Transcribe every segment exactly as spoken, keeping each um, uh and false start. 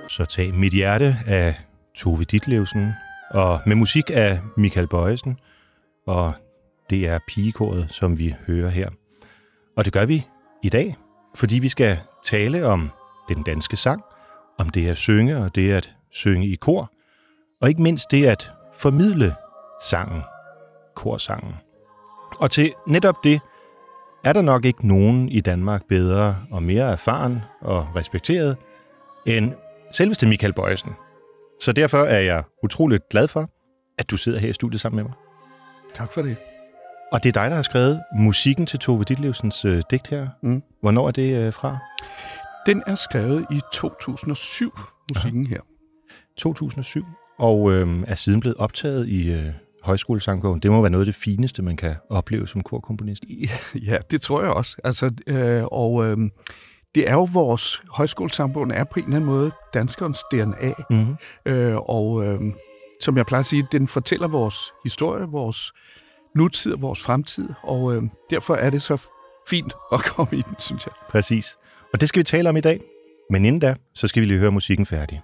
Så tag mit hjerte af Tove Ditlevsen, og med musik af Michael Bojesen, og det er pigekoret, som vi hører her. Og det gør vi i dag, fordi vi skal tale om den danske sang, om det at synge og det at synge i kor, og ikke mindst det at formidle sangen, korsangen. Og til netop det er der nok ikke nogen i Danmark bedre og mere erfaren og respekteret end selveste Michael Bojesen. Så derfor er jeg utroligt glad for, at du sidder her i studiet sammen med mig. Tak for det. Og det er dig, der har skrevet musikken til Tove Ditlevsens øh, digt her. Mm. Hvornår er det øh, fra? Den er skrevet i to tusind og syv, musikken her. to tusind og syv, og øh, er siden blevet optaget i øh, Højskolesangbogen. Det må være noget af det fineste, man kan opleve som korkomponist. Ja, det tror jeg også. Altså, øh, og øh, det er jo vores Højskolesangbogen er på en eller anden måde danskernes D N A. Mm-hmm. Øh, og øh, som jeg plejer at sige, den fortæller vores historie, vores nutid og vores fremtid, og øh, derfor er det så fint at komme i den, synes jeg. Præcis. Og det skal vi tale om i dag. Men inden da, så skal vi lige høre musikken færdig.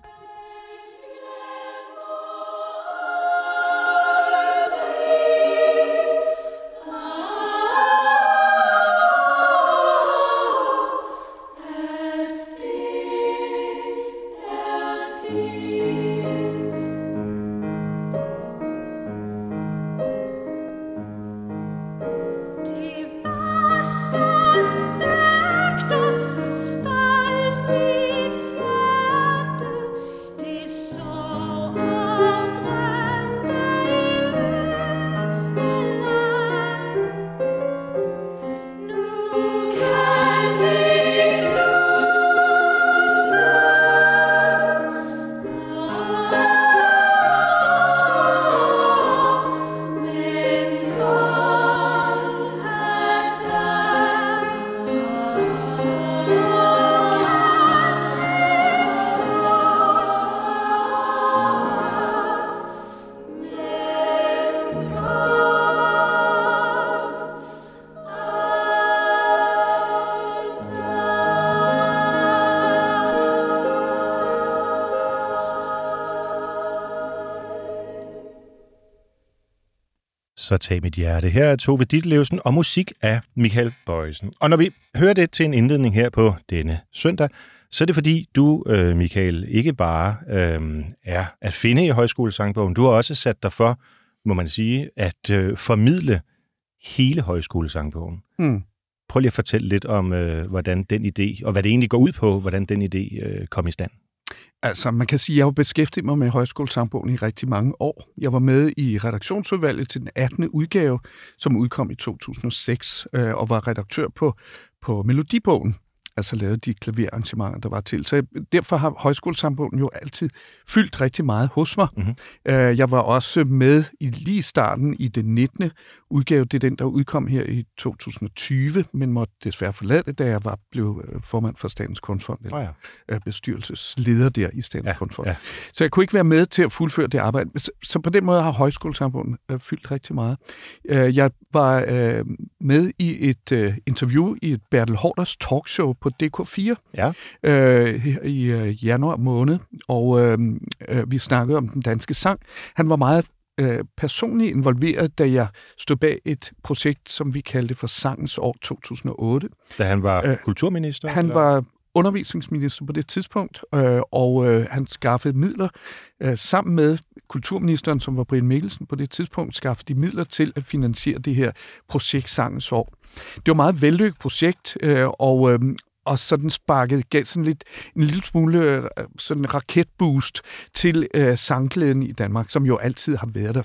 Så tag mit hjerte. Her er Tove Ditlevsen og musik af Michael Bojesen. Og når vi hører det til en indledning her på denne søndag, så er det fordi, du, øh, Michael, ikke bare øh, er at finde i Højskolesangbogen. Du har også sat dig for, må man sige, at øh, formidle hele Højskolesangbogen. Mm. Prøv lige at fortælle lidt om, øh, hvordan den idé, og hvad det egentlig går ud på, hvordan den idé øh, kom i stand. Altså, man kan sige, at jeg har beskæftiget mig med Højskolesangbogen i rigtig mange år. Jeg var med i redaktionsudvalget til den attende udgave, som udkom i to tusind og seks, øh, og var redaktør på, på Melodibogen, altså lavede de klaverarrangementer, der var til. Så derfor har Højskolesangbogen jo altid fyldt rigtig meget hos mig. Mm-hmm. Øh, jeg var også med i lige starten i det nittende udgave. Det er den, der udkom her i to tusind og tyve, men måtte desværre forlade det, da jeg var blev formand for Statens Kunstfond, eller oh ja. bestyrelsesleder der i Statens ja, Kunstfond. Ja. Så jeg kunne ikke være med til at fuldføre det arbejde. Så, så på den måde har Højskolesangbogen øh, fyldt rigtig meget. Øh, jeg var øh, med i et øh, interview i et Bertel Haarders talkshow på D K fire ja. øh, i øh, januar måned, og øh, øh, vi snakkede om den danske sang. Han var meget øh, personligt involveret, da jeg stod bag et projekt, som vi kaldte for Sangens år to tusind og otte. Da han var øh, kulturminister? Han eller? var undervisningsminister på det tidspunkt, øh, og øh, han skaffede midler øh, sammen med kulturministeren, som var Brian Mikkelsen på det tidspunkt, skaffede de midler til at finansiere det her projekt Sangens år. Det var et meget vellykket projekt, øh, og øh, og sådan sparkede, gav sådan lidt, en lille smule sådan raketboost til øh, sangglæden i Danmark, som jo altid har været der,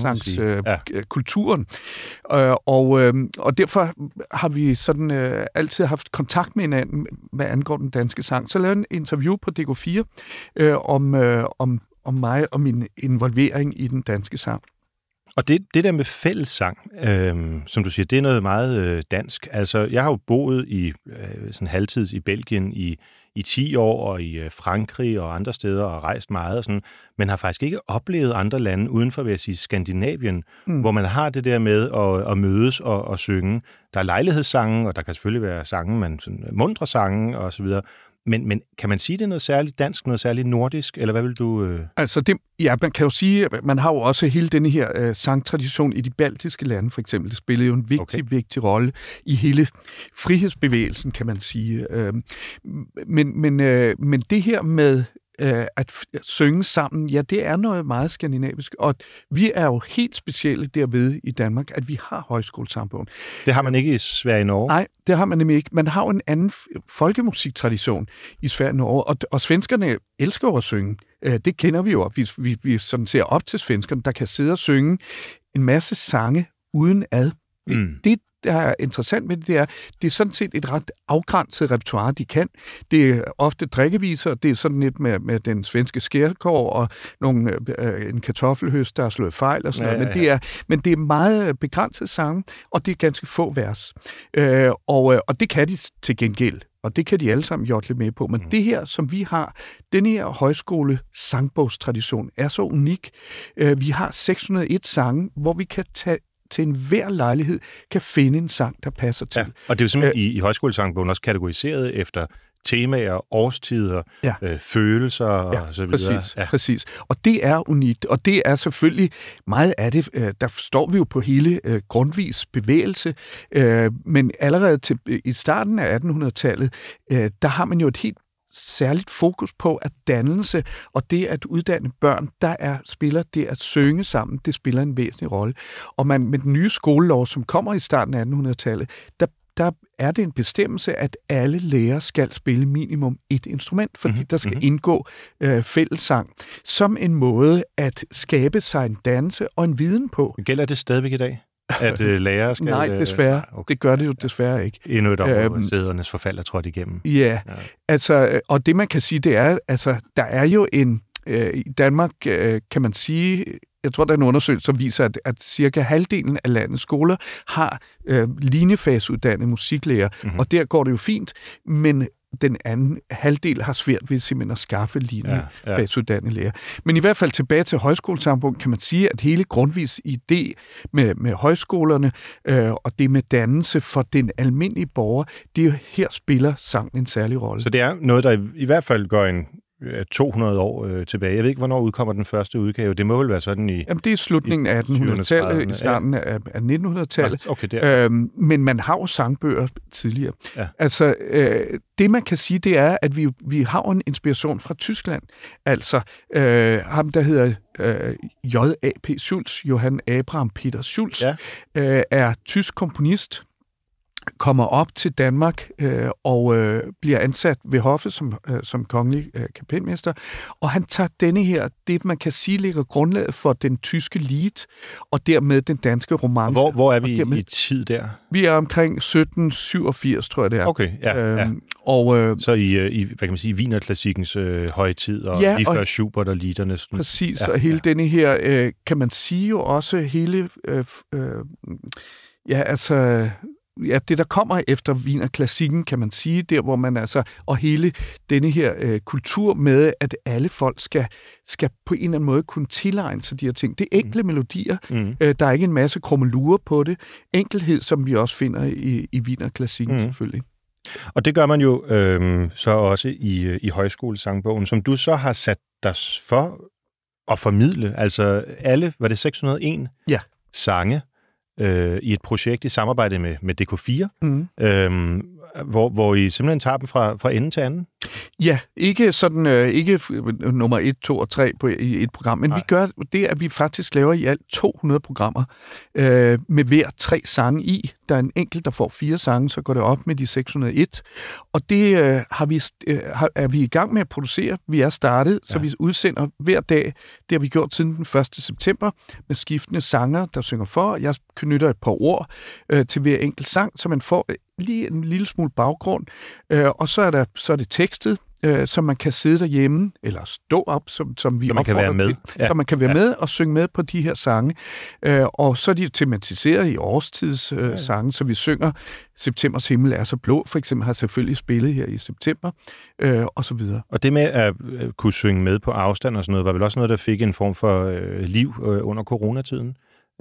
fællessangskulturen. Øh, ja. øh, og, øh, og derfor har vi sådan øh, altid haft kontakt med hinanden, hvad angår den danske sang. Så lavede jeg en interview på D K fire øh, om, øh, om, om mig og min involvering i den danske sang. Og det, det der med fællessang, øh, som du siger, det er noget meget øh, dansk. Altså, jeg har jo boet i øh, sådan halvtids i Belgien i, i ti år, og i øh, Frankrig og andre steder, og rejst meget og sådan, men har faktisk ikke oplevet andre lande uden for, vil jeg sige, Skandinavien, mm. hvor man har det der med at, at mødes og, og synge. Der er lejlighedssange, og der kan selvfølgelig være sange, man sådan, mundre sange og så videre. Men, men kan man sige, det er noget særligt dansk, noget særligt nordisk, eller hvad vil du... Øh... Altså, det, ja, man kan jo sige, at man har jo også hele denne her øh, sangtradition i de baltiske lande, for eksempel. Det spillede jo en vigtig, okay. vigtig rolle i hele frihedsbevægelsen, kan man sige. Øh, men, men, øh, men det her med øh, at f- synge sammen, ja, det er noget meget skandinavisk, og vi er jo helt specielle derved i Danmark, at vi har højskolesangbogen. Det har man ikke i Sverige og Norge? Nej, det har man nemlig ikke. Man har jo en anden folkemusiktradition i Sverige og Norge, og, og svenskerne elsker jo at synge. Det kender vi jo, vi, vi, vi sådan ser op til svenskerne, der kan sidde og synge en masse sange uden ad. Mm. Det, der er interessant med det, det er, det er sådan set et ret afgrænset repertoire, de kan. Det er ofte drikkeviser, det er sådan lidt med, med den svenske skærgård og nogle, øh, en kartoffelhøst, der er slået fejl og sådan ja, noget, men, ja, ja. Det er, men det er meget begrænset sange, og det er ganske få vers. Øh, og, og det kan de til gengæld, og det kan de alle sammen jodle med på. Men mm. det her, som vi har, den her højskole sangbogstradition, er så unik. Øh, vi har seks hundrede og en sange, hvor vi kan tage til enhver lejlighed kan finde en sang, der passer til. Ja, og det er jo simpelthen Æ, i, i højskolesangbogen også kategoriseret efter temaer, årstider, ja. øh, følelser og ja, så videre. Præcis, ja, præcis. Og det er unikt, og det er selvfølgelig meget af det. Øh, der står vi jo på hele øh, Grundtvigs bevægelse, øh, men allerede til, øh, i starten af attenhundredetallet, øh, der har man jo et helt særligt fokus på at dannelse og det at uddanne børn, der er spiller det at synge sammen, det spiller en væsentlig rolle. Og man med den nye skolelov, som kommer i starten af attenhundredetallet, der der er det en bestemmelse, at alle lærere skal spille minimum et instrument, fordi mm-hmm. der skal mm-hmm. indgå øh, fællessang som en måde at skabe sig en dannelse og en viden på. Gælder det stadigvæk i dag? At øh, lærere skal... Nej, desværre. Øh, okay. Det gør det jo desværre ikke. Endnu et område, hvor sædernes forfald er trådt igennem. Ja, ja, altså, og det man kan sige, det er, altså, der er jo en... Øh, I Danmark øh, kan man sige... Jeg tror, der er en undersøgelse, som viser, at, at cirka halvdelen af landets skoler har øh, linjefagsuddannet musiklærer, mm-hmm. og der går det jo fint, men den anden halvdel har svært ved simpelthen at skaffe linjefagsuddannet lærer. Men i hvert fald tilbage til højskolesangbogen, kan man sige, at hele Grundtvigs idé med, med højskolerne øh, og det med dannelse for den almindelige borger, det her spiller sangen en særlig rolle. Så det er noget, der i, i hvert fald går en to hundrede år øh, tilbage. Jeg ved ikke, hvornår udkommer den første udgave. Det må vel være sådan i... Jamen, det er slutningen af attenhundredetallet, i starten af, af nittenhundredetallet. Okay, øhm, men man har jo sangbøger tidligere. Ja. Altså, øh, det man kan sige, det er, at vi, vi har en inspiration fra Tyskland. Altså, øh, ham der hedder øh, J A P Schulz, Johann Abraham Peter Schulz, ja. øh, er tysk komponist, kommer op til Danmark øh, og øh, bliver ansat ved hoffet som, øh, som kongelig øh, kapelmester, og han tager denne her, det man kan sige ligger grundlaget for den tyske lied, og dermed den danske romance. Hvor, hvor er vi dermed, i tid der? Vi er omkring sytten syvogfirs, tror jeg det er. Okay, ja. Øhm, ja. Og, øh, Så i, i, hvad kan man sige, Wienerklassikkens øh, højtid, og ja, lige før Schubert og liederne. Præcis, ja, og hele ja. denne her, øh, kan man sige jo også hele, øh, øh, ja, altså... Ja, det der kommer efter Wienerklassikken, kan man sige, der hvor man altså, og hele denne her øh, kultur med, at alle folk skal, skal på en eller anden måde kunne tilegne sig de her ting. Det er enkle mm. melodier, mm. Øh, der er ikke en masse krummelurer på det. Enkelhed, som vi også finder i, i Wienerklassikken mm. selvfølgelig. Og det gør man jo øh, så også i, i højskolesangbogen, som du så har sat dig for at formidle. Altså alle, var det seks hundrede og en ja. sange, Øh, i et projekt i samarbejde med, med D K fire, mm. øhm, hvor, hvor I simpelthen tager dem fra, fra ende til anden? Ja, ikke sådan øh, ikke nummer et, to og tre på, i et program, men Nej. vi gør det, at vi faktisk laver i alt to hundrede programmer øh, med hver tre sange i. Der er en enkelt, der får fire sange, så går det op med de seks hundrede og en. Og det øh, har vi, øh, har, er vi i gang med at producere. Vi er startet, ja. så vi udsender hver dag. Det har vi gjort siden den første september med skiftende sanger, der synger for. Jeg knytter et par ord øh, til hver enkelt sang, så man får lige en lille smule baggrund, øh, og så er, der, så er det tekstet, øh, så man kan sidde derhjemme, eller stå op, som, som vi så man kan være med. Til, ja. Så man kan være ja. med og synge med på de her sange. Øh, og så er de tematiseret i årstids øh, ja. sange, så vi synger Septembers himmel er så blå, for eksempel har selvfølgelig spillet her i september, øh, og så videre. Og det med at kunne synge med på afstand og sådan noget, var vel også noget, der fik en form for øh, liv øh, under coronatiden?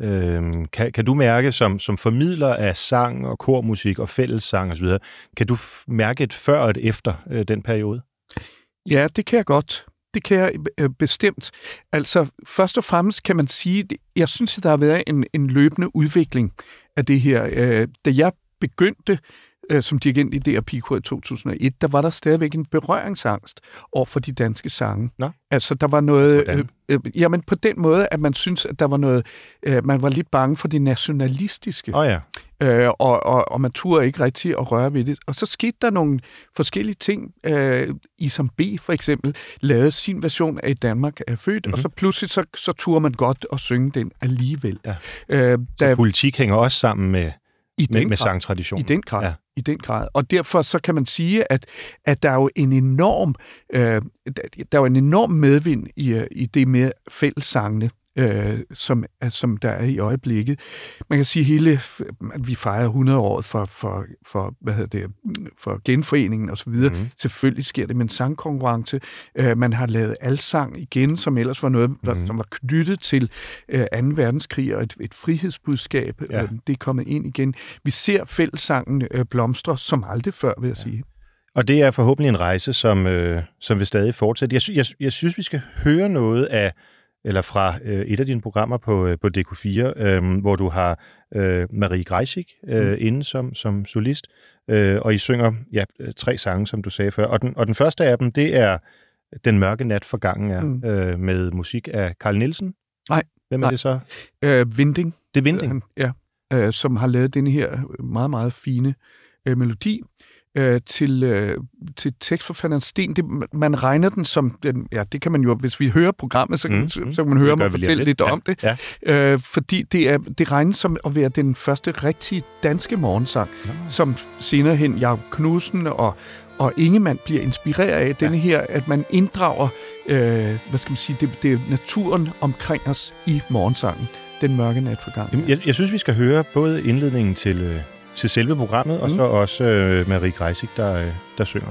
Øhm, kan, kan du mærke, som, som formidler af sang og kormusik og fællessang osv., kan du f- mærke et før og et efter øh, den periode? Ja, det kan jeg godt. Det kan jeg øh, bestemt. Altså, først og fremmest kan man sige, jeg synes, at der har været en, en løbende udvikling af det her. Øh, da jeg begyndte øh, som dirigent i D R Pigekoret i to tusind og et, der var der stadigvæk en berøringsangst over for de danske sange. Nå. Altså, der var noget... Øh, øh, jamen, på den måde, at man synes, at der var noget... Øh, man var lidt bange for det nationalistiske. Oh, ja. Øh, og, og, og man turde ikke rigtig at røre ved det. Og så skete der nogle forskellige ting. Øh, Isam B. for eksempel lavede sin version af Danmark er født, mm-hmm. og så pludselig så, så turde man godt at synge den alligevel. Ja. Øh, da, så politik hænger også sammen med, i med, den med grad, sangtraditionen. I den grad. Ja. I den grad. Og derfor så kan man sige, at, at der er jo en enorm, øh, der er jo en enorm medvind i, i det med fællessangene, Øh, som, som der er i øjeblikket. Man kan sige hele, at vi fejrer hundrede år for, for, for, hvad hedder det, for genforeningen og så videre. Mm. Selvfølgelig sker det med en sangkonkurrence. Øh, man har lavet alsang igen, som ellers var noget, der, mm. som var knyttet til øh, anden verdenskrig og et, et frihedsbudskab. Ja. Øh, det er kommet ind igen. Vi ser fællessangen øh, blomstre som aldrig før, vil jeg ja. sige. Og det er forhåbentlig en rejse, som, øh, som vil stadig fortsætte. Jeg, jeg, jeg synes, vi skal høre noget af eller fra øh, et af dine programmer på, øh, på D K fire, øh, hvor du har øh, Marie Greisig øh, mm. inde som, som solist, øh, og I synger ja, tre sange, som du sagde før. Og den, og den første af dem, det er Den mørke nat forgangen er, mm. øh, med musik af Carl Nielsen. Nej. Hvem er nej. det så? Øh, Winding. Det er Winding? Ja, øh, som har lavet denne her meget, meget fine øh, melodi. Øh, til, øh, til tekstforfatteren Sten. Det, man regner den som, den, ja, det kan man jo, hvis vi hører programmet, så, mm, så, så kan man høre mig fortælle lidt, lidt om ja, det. Ja. Øh, fordi det, er, det regnes som at være den første rigtige danske morgensang, ja. som senere hen Jakob Knudsen og, og Ingemann bliver inspireret af. Ja. Denne her, at man inddrager, øh, hvad skal man sige, det, det er naturen omkring os i morgensangen. Den mørke nat forgangen. Jeg, jeg synes, vi skal høre både indledningen til... Øh til selve programmet, mm. og så også øh, Marie Greisig, der, øh, der synger.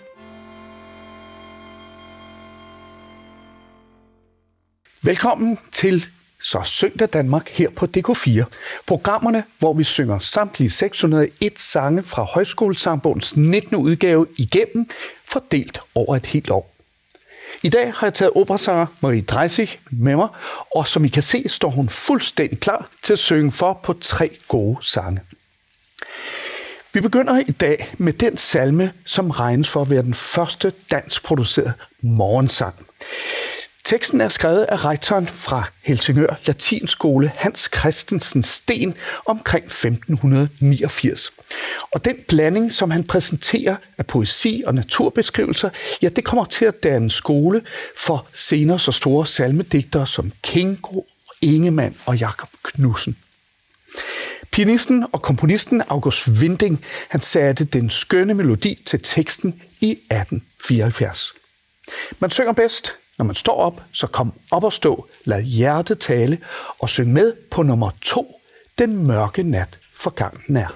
Velkommen til Så Søndag Danmark her på D K fire. Programmerne, hvor vi synger samtlige seks hundrede og en sange fra Højskolesangbogens nittende udgave igennem, fordelt over et helt år. I dag har jeg taget operasanger Marie Greisig med mig, og som I kan se, står hun fuldstændig klar til at synge for på tre gode sange. Vi begynder i dag med den salme, som regnes for at være den første danskproducerede morgensang. Teksten er skrevet af rektoren fra Helsingør Latinskole Hans Christensen Sten omkring femten niogfirs. Og den blanding, som han præsenterer af poesi og naturbeskrivelser, ja, det kommer til at danne skole for senere så store salmedigtere som Kingo, Ingemann og Jakob Knudsen. Pianisten og komponisten August Winding, han satte den skønne melodi til teksten i atten fireoghalvfjerds. Man synger bedst, når man står op, så kom op og stå, lad hjertet tale og syng med på nummer to, Den mørke nat forgangen er.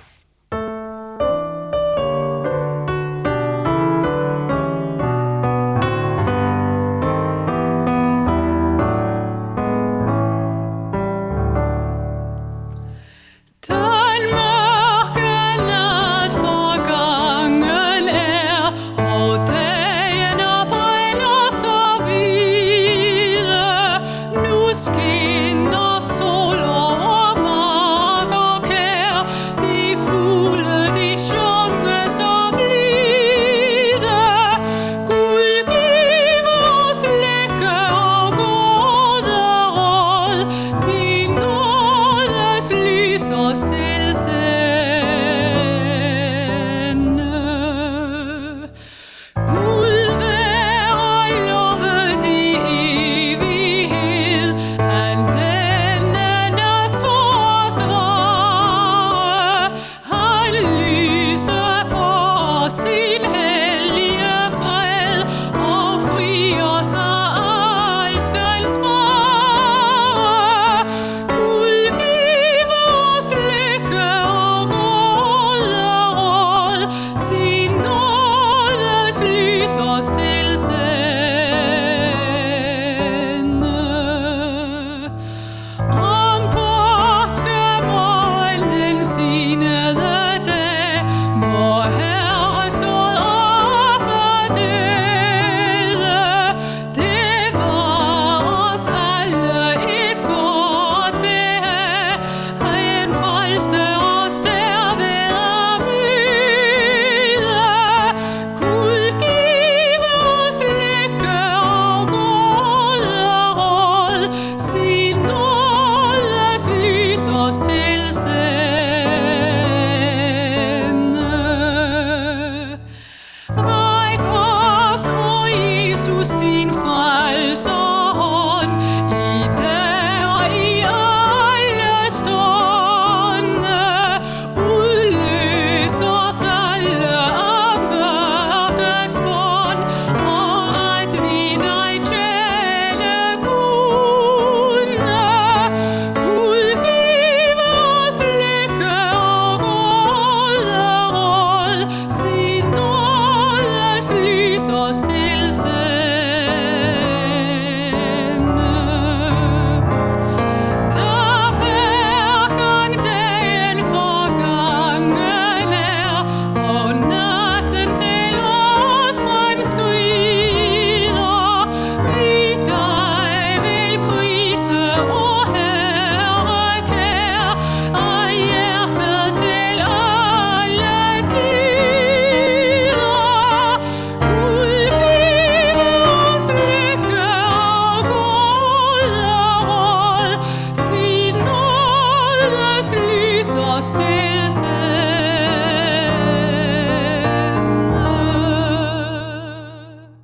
Skinner sol over mark og kær, de fugle de sjunge så blide. Gud giv os lykke og gode råd, din nådes lys os tilsende. Gud være lovet i evighed, han denne naturs vare, han lyser på sin hellige fred og fri os af alskens fare. Gud giv os lykke og gode råd, sin nådes lys os tilsende. Om på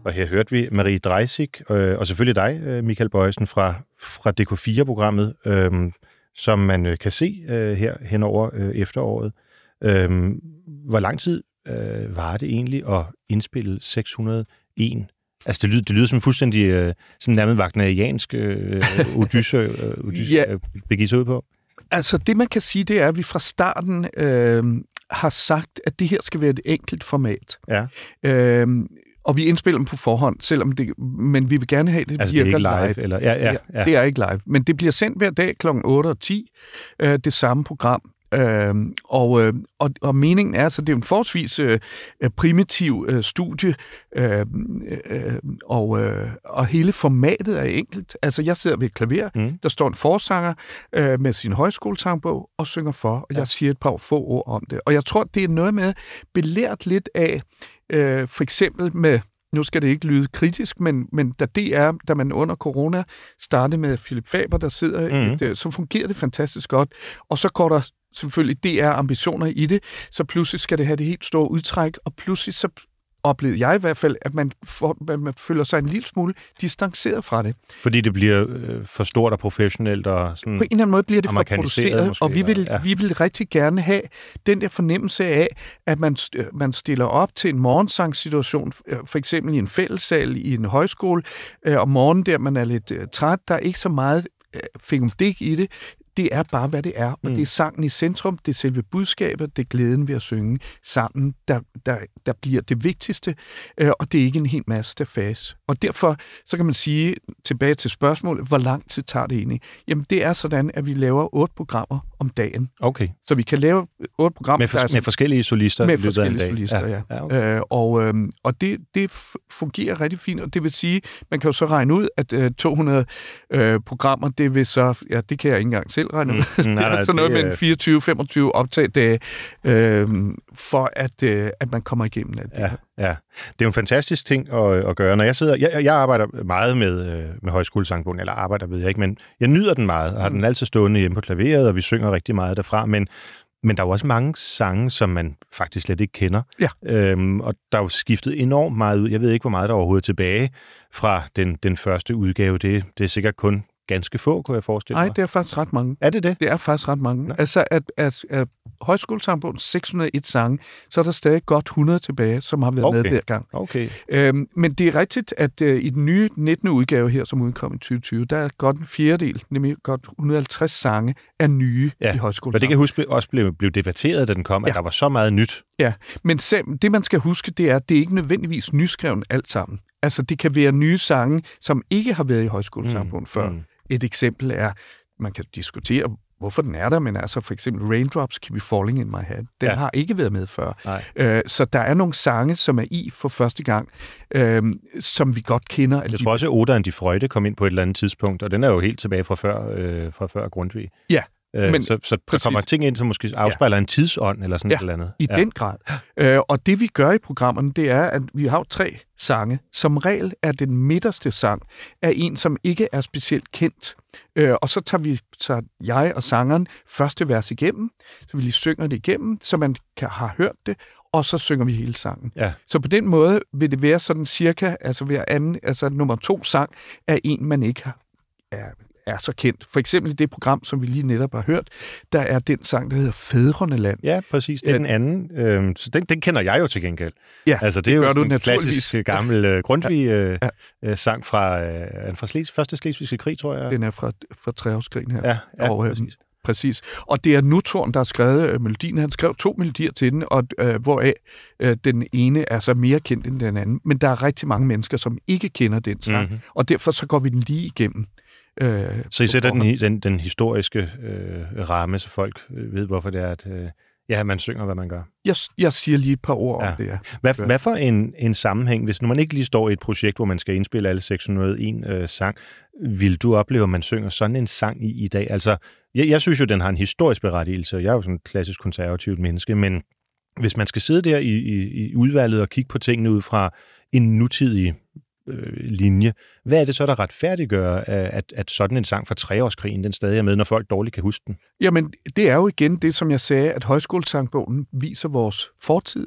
Og her hørte vi Marie Dreisig, øh, og selvfølgelig dig, øh, Michael Bojesen, fra, fra D K fire-programmet, øh, som man øh, kan se øh, her hen over øh, efteråret. Øh, hvor lang tid øh, var det egentlig at indspille seks hundrede og en? Altså, det lyder, det lyder som fuldstændig øh, sådan nærmest wagneriansk øh, Odyssey, øh, Odyssey Ja. øh, begive sig ud på. Altså, det man kan sige, det er, at vi fra starten øh, har sagt, at det her skal være et enkelt format. Ja. Øh, og vi indspiller dem på forhånd, selvom det, men vi vil gerne have, at det Altså, det er virker ikke live? live. Eller, ja, ja, ja. Det er ikke live, men det bliver sendt hver dag klokken otte og ti, øh, det samme program. Øh, og, øh, og, og meningen er, så det er en forholdsvis øh, primitiv øh, studie, øh, øh, og, øh, og hele formatet er enkelt. Altså, jeg sidder ved et klaver, Mm. der står en forsanger øh, med sin højskolesangbog og synger for, og Ja. jeg siger et par få ord om det. Og jeg tror, det er noget med belært lidt af, øh, for eksempel med, nu skal det ikke lyde kritisk, men, men da det er, da man under corona startede med Philip Faber, der sidder, Mhm. et, øh, så fungerer det fantastisk godt. Og så går der selvfølgelig, det er ambitioner i det, så pludselig skal det have det helt store udtræk, og pludselig så oplevede jeg i hvert fald, at man, får, man føler sig en lille smule distanceret fra det. Fordi det bliver øh, for stort og professionelt og sådan... På en eller anden måde bliver det for Amerikaniseret produceret, måske, og vi vil, eller- ja. vi vil rigtig gerne have den der fornemmelse af, at man, øh, man stiller op til en morgensangsituation, øh, for eksempel i en fællessal i en højskole, øh, om morgenen der man er lidt øh, træt, der er ikke så meget øh, fingumdik i det. Det er bare, hvad det er, og Mm. det er sangen i centrum, det er selve budskabet, det er glæden ved at synge sammen, der, der, der bliver det vigtigste, øh, og det er ikke en hel masse stafage. Og derfor, så kan man sige, tilbage til spørgsmålet, hvor lang tid tager det egentlig? Jamen, det er sådan, at vi laver otte programmer om dagen. Okay. Så vi kan lave otte programmer, Med, for, der er sådan- med forskellige solister med i løbet af en forskellige dag. solister, ja. ja okay. Øh, og øh, og det, det f- fungerer rigtig fint, og det vil sige, man kan jo så regne ud, at øh, to hundrede øh, programmer, det vil så, ja, det kan jeg ikke engang selv regne ud, Mm, det nej, er nej, sådan noget det med er- en fireogtyve til femogtyve optagdage, øh, for at, øh, at man kommer igennem alt det Ja, her. ja. Det er jo en fantastisk ting at, at gøre. Når jeg sidder, jeg, jeg arbejder meget med, øh, med højskolesangbogen, eller arbejder ved jeg ikke, men jeg nyder den meget, og har Mm. den altid stående hjemme på klaveret, og vi synger rigtig meget derfra, men, men der er jo også mange sange, som man faktisk slet ikke kender. Ja. Øhm, og der er jo skiftet enormt meget ud. Jeg ved ikke, hvor meget der er overhovedet tilbage fra den, den første udgave. Det, det er sikkert kun ganske få, kunne jeg forestille Nej, mig. det er faktisk ret mange. Er det det? Det er faktisk ret mange. Nå. Altså, at, at, at højskolesangbogen seks hundrede og en sange, så er der stadig godt hundrede tilbage, som har været Okay. med hver gang. Okay. Øhm, men det er rigtigt, at øh, i den nye nittende udgave her, som udkom i tyve tyve, der er godt en fjerdedel, nemlig godt et hundrede og halvtreds sange, er nye Ja, i højskolen. Og det kan jeg huske også blev, blev debatteret, da den kom, at Ja. der var så meget nyt. Men selv, det, man skal huske, det er, at det er ikke nødvendigvis nyskrevet alt sammen. Altså, det kan være nye sange, som ikke har været i højskolesangbogen før. Mm. Et eksempel er, man kan diskutere, hvorfor den er der, men altså for eksempel Raindrops Keep Me Falling in My Head, den Ja. ja. har ikke været med før. Nej. Øh, så der er nogle sange, som er i for første gang, øh, som vi godt kender. Jeg tror også, at Oderen de Freude kom ind på et eller andet tidspunkt, og den er jo helt tilbage fra før, øh, fra før Grundtvig. Ja, Øh, men så, så der præcis. kommer ting ind, som måske afspejler ja. en tidsånd, eller sådan Ja, et eller andet. I ja. den grad. Øh, og det vi gør i programmerne, det er, at vi har jo tre sange. Som regel er den midterste sang af en, som ikke er specielt kendt. Øh, og så tager vi, så jeg og sangeren første vers igennem, så vi lige synger det igennem, så man kan have hørt det, og så synger vi hele sangen. Ja. Så på den måde vil det være sådan cirka, altså hver anden, altså nummer to sang er en, man ikke har, er, er så kendt. For eksempel i det program, som vi lige netop har hørt, der er den sang, der hedder Fædreneland. Ja, præcis. Det er Ja. den anden. Øhm, så den, den kender jeg jo til gengæld. Ja, altså, det, det er jo gør sådan du en naturligvis. klassisk øh, gammel øh, Grundtvig-sang Ja. øh, øh, sang fra, øh, er den fra Sles, første slesvigske krig, tror jeg. Den er fra, fra Treårskrigen her. Ja, ja og, øh, præcis. Præcis. Og det er Nutorn, der har skrevet øh, melodien. Han skrev to melodier til den, og øh, hvoraf øh, den ene er så mere kendt end den anden. Men der er rigtig mange mennesker, som ikke kender den sang. Mhm. Og derfor så går vi den lige igennem. Øh, Så I på sætter den, forhånd. den, den historiske øh, ramme, så folk øh, ved, hvorfor det er, at øh, ja, man synger, hvad man gør. Jeg, jeg siger lige et par ord Ja. om det, ja. Hvad, Gør. hvad for en, en sammenhæng, hvis nu man ikke lige står i et projekt, hvor man skal indspille alle seks hundrede og en øh, sang, vil du opleve, at man synger sådan en sang i i dag? Altså, jeg, jeg synes jo, den har en historisk berettigelse, og jeg er jo sådan et klassisk konservativt menneske, men hvis man skal sidde der i, i, i udvalget og kigge på tingene ud fra en nutidig øh, linje, hvad er det så, der retfærdiggør, at, at sådan en sang fra treårskrigen, den stadig er med, når folk dårligt kan huske den? Jamen, det er jo igen det, som jeg sagde, at højskolesangbogen viser vores fortid,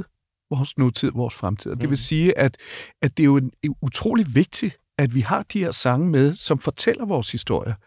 vores nutid, vores fremtid. Det Mm. vil sige, at, at det er jo en, en utrolig vigtigt, at vi har de her sange med, som fortæller vores historie.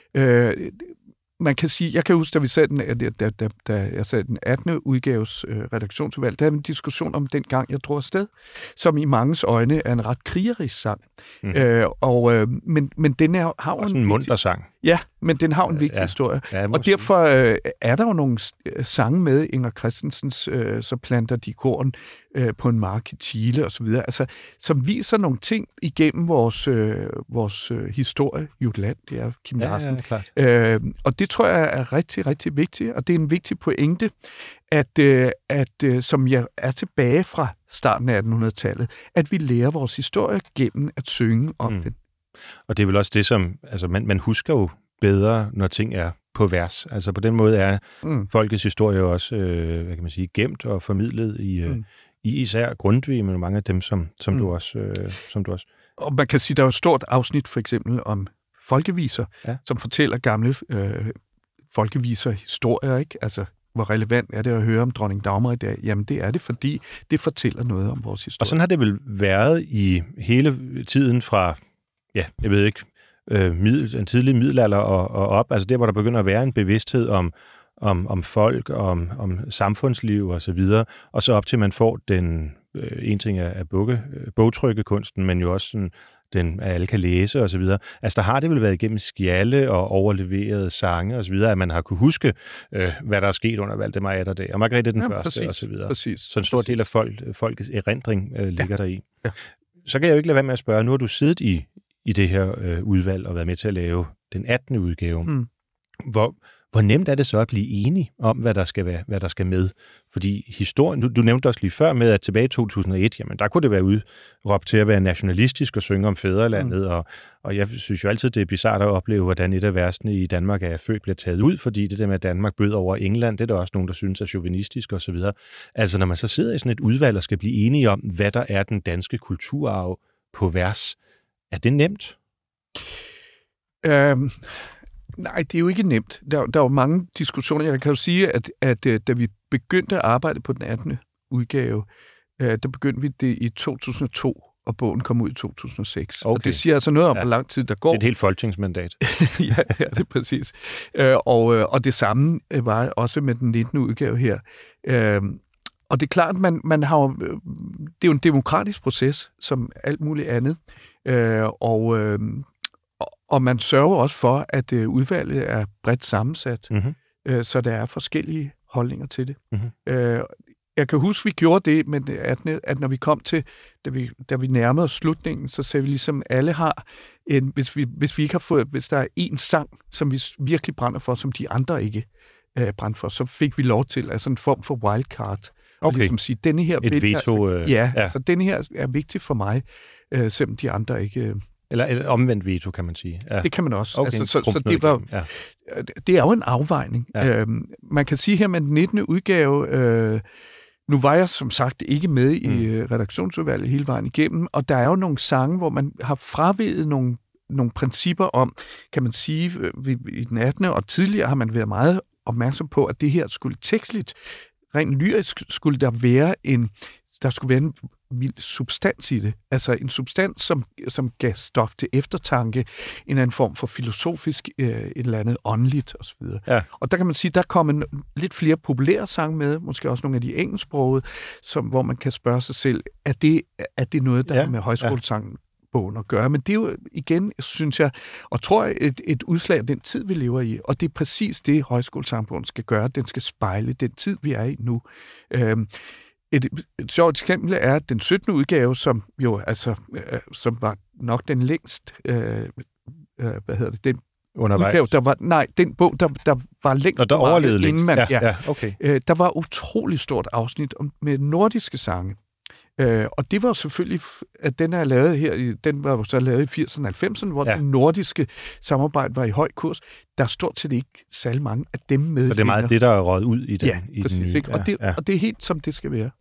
Øh, man kan sige, jeg kan huske, da vi sad den, da, da, da, da jeg sad den attende udgaves øh, redaktionsudvalg, der havde vi en diskussion om den gang, jeg drog afsted, som i manges øjne er en ret krigerisk sang. Mm. Øh, og, øh, men, men den er, har jo Også en en vigtig, munter sang. ja, men den har jo en vigtig Ja. historie. Ja, Og måske. derfor øh, er der jo nogle øh, sange med Inger Christensens, øh, så planter de korn øh, på en mark i Chile og så videre, altså, som viser nogle ting igennem vores, øh, vores øh, historie. Jutland, det er Kim Ja, Larsen. ja, klart. Øh, og det tror jeg er rigtig, rigtig vigtigt, og det er en vigtig pointe, at, øh, at øh, som jeg er tilbage fra starten af attenhundredetallet, at vi lærer vores historie gennem at synge om Mm. mm. den. Og det er vel også det, som... Altså, man, man husker jo bedre, når ting er på vers. Altså, på den måde er Mm. folkets historie jo også, øh, hvad kan man sige, gemt og formidlet i, øh, Mm. i især Grundtvig, men mange af dem, som, som, Mm. du, også, øh, som du også... Og man kan sige, der er jo et stort afsnit for eksempel om folkeviser, Ja. som fortæller gamle øh, folkeviser historier, ikke? Altså, hvor relevant er det at høre om dronning Dagmar i dag? Jamen, det er det, fordi det fortæller noget om vores historie. Og sådan har det vel været i hele tiden fra, ja, jeg ved ikke, øh, middel, en tidlig middelalder og, og op, altså der, hvor der begynder at være en bevidsthed om, om, om folk, om, om samfundsliv og så videre, og så op til, man får den, øh, en ting er, er bukke, øh, bogtrykkekunsten, men jo også sådan, den, at alle kan læse og så videre. Altså, der har det vel været igennem skjalde og overleverede sange og så videre, at man har kunne huske, øh, hvad der er sket under Valdemar Atterdag og Margrethe den Ja, første præcis, og så videre. præcis, Så en stor præcis. del af folk, folkets erindring øh, ligger ja. deri. Ja. Så kan jeg jo ikke lade være med at spørge, nu har du siddet i, i det her øh, udvalg og været med til at lave den attende udgave. Mm. Hvor, hvor nemt er det så at blive enige om, hvad der skal, være, hvad der skal med? Fordi historien, du, du nævnte også lige før med, at tilbage i to tusind og et, jamen der kunne det være udråbt til at være nationalistisk og synge om fædrelandet, mm. og, og jeg synes jo altid, det er bizarrt at opleve, hvordan et af versene i Danmark er født bliver taget ud, fordi det der med, at Danmark bød over England, det er der også nogen, der synes er chauvinistisk og så videre. Altså når man så sidder i sådan et udvalg og skal blive enige om, hvad der er den danske kulturarv på vers, er det nemt? Øhm, nej, det er jo ikke nemt. Der, der er jo mange diskussioner. Jeg kan jo sige, at, at, at da vi begyndte at arbejde på den attende udgave, øh, der begyndte vi det i to tusind og to, og bogen kom ud i to tusind og seks. Okay. Og det siger altså noget om, Ja. hvor lang tid der går. Det er et helt folketingsmandat. ja, ja, det er præcis. Øh, og, øh, og det samme øh, var også med den nittende udgave her. Øh, og det er klart, man, man har jo, øh, det er jo en demokratisk proces, som alt muligt andet. Øh, og, øh, og- og man sørger også for, at øh, udvalget er bredt sammensat, Mm-hmm. øh, så der er forskellige holdninger til det. Mhm. Øh, jeg kan huske, vi gjorde det, men at, at når vi kom til, da vi, da vi nærmede os slutningen, så sagde vi ligesom, alle har en, hvis vi, hvis vi ikke har fået, hvis der er en sang, som vi virkelig brænder for, som de andre ikke øh, brænder for, så fik vi lov til, altså en form for wildcard. Og Okay. ligesom sige, denne her Et vil- veto, Altså, øh, ja, ja. altså denne her er vigtig for mig, øh, selvom de andre ikke... Øh, Eller et omvendt veto, kan man sige. Ja. det kan man også. Okay, altså, så, så trumf det var, ned igennem. Ja. det er jo en afvejning. Ja. Ja. Øhm, man kan sige her med den nittende udgave, øh, nu var jeg som sagt ikke med i Mm. øh, redaktionsudvalget hele vejen igennem, og der er jo nogle sange, hvor man har fraveget nogle, nogle principper om, kan man sige, øh, i den attende og tidligere har man været meget opmærksom på, at det her skulle tekstligt, rent lyrisk, skulle der være en, der skulle være en vild substans i det. Altså en substans, som, som gav stof til eftertanke, en anden form for filosofisk, øh, et eller andet åndeligt osv. Ja. Og der kan man sige, der kommer lidt flere populære sange med, måske også nogle af de engelsksprogede, som, hvor man kan spørge sig selv, er det, er det noget, der Ja, ja, har med højskolesangen bogen at gøre? Men det er jo igen, synes jeg, og tror jeg, et, et udslag af den tid, vi lever i. Og det er præcis det, højskolesangbogen skal gøre. Den skal spejle den tid, vi er i nu. Øhm, Et, et sjovt eksempel er den syttende udgave, som jo altså, øh, som var nok den længst, øh, øh, hvad hedder det, den Undervejs. udgave, der var, nej, den bog, der, der var længst, Og der på markedet, overlevede længst. inden man, ja, ja, okay. Øh, der var utrolig stort afsnit om, med nordiske sange. Øh, og det var selvfølgelig, f- at den er lavet her, i- den var jo så lavet i firserne og halvfemserne, hvor Ja. ja. den nordiske samarbejde var i høj kurs. Der er stort set ikke særlig mange af dem med. Så det er meget længere. det, der er røget ud i den, Ja, i præcis. den nye. Ikke? Og, det, ja. og det er helt, som det skal være. Ja,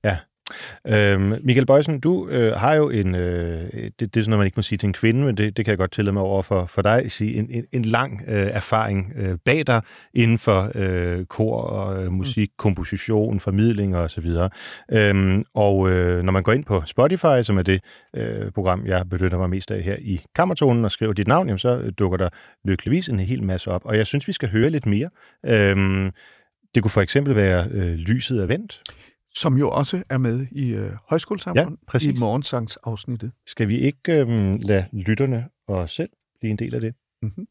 Øhm, Michael Bojesen, du øh, har jo en, øh, det, det er sådan noget, man ikke må sige til en kvinde, men det, det kan jeg godt tillade mig over for, for dig, at sige, en, en, en lang øh, erfaring øh, bag dig inden for øh, kor og øh, musik, komposition, formidling og så videre. Øhm, og øh, når man går ind på Spotify, som er det øh, program, jeg benytter mig mest af her i Kammertonen, og skriver dit navn, jamen, så dukker der lykkeligvis en hel masse op. Og jeg synes, vi skal høre lidt mere. Øhm, det kunne for eksempel være øh, Lyset er vendt. Som jo også er med i øh, Højskolesamfundet, ja, i morgensangsafsnittet. Skal vi ikke øh, lade lytterne og os selv blive en del af det? Mm-hmm.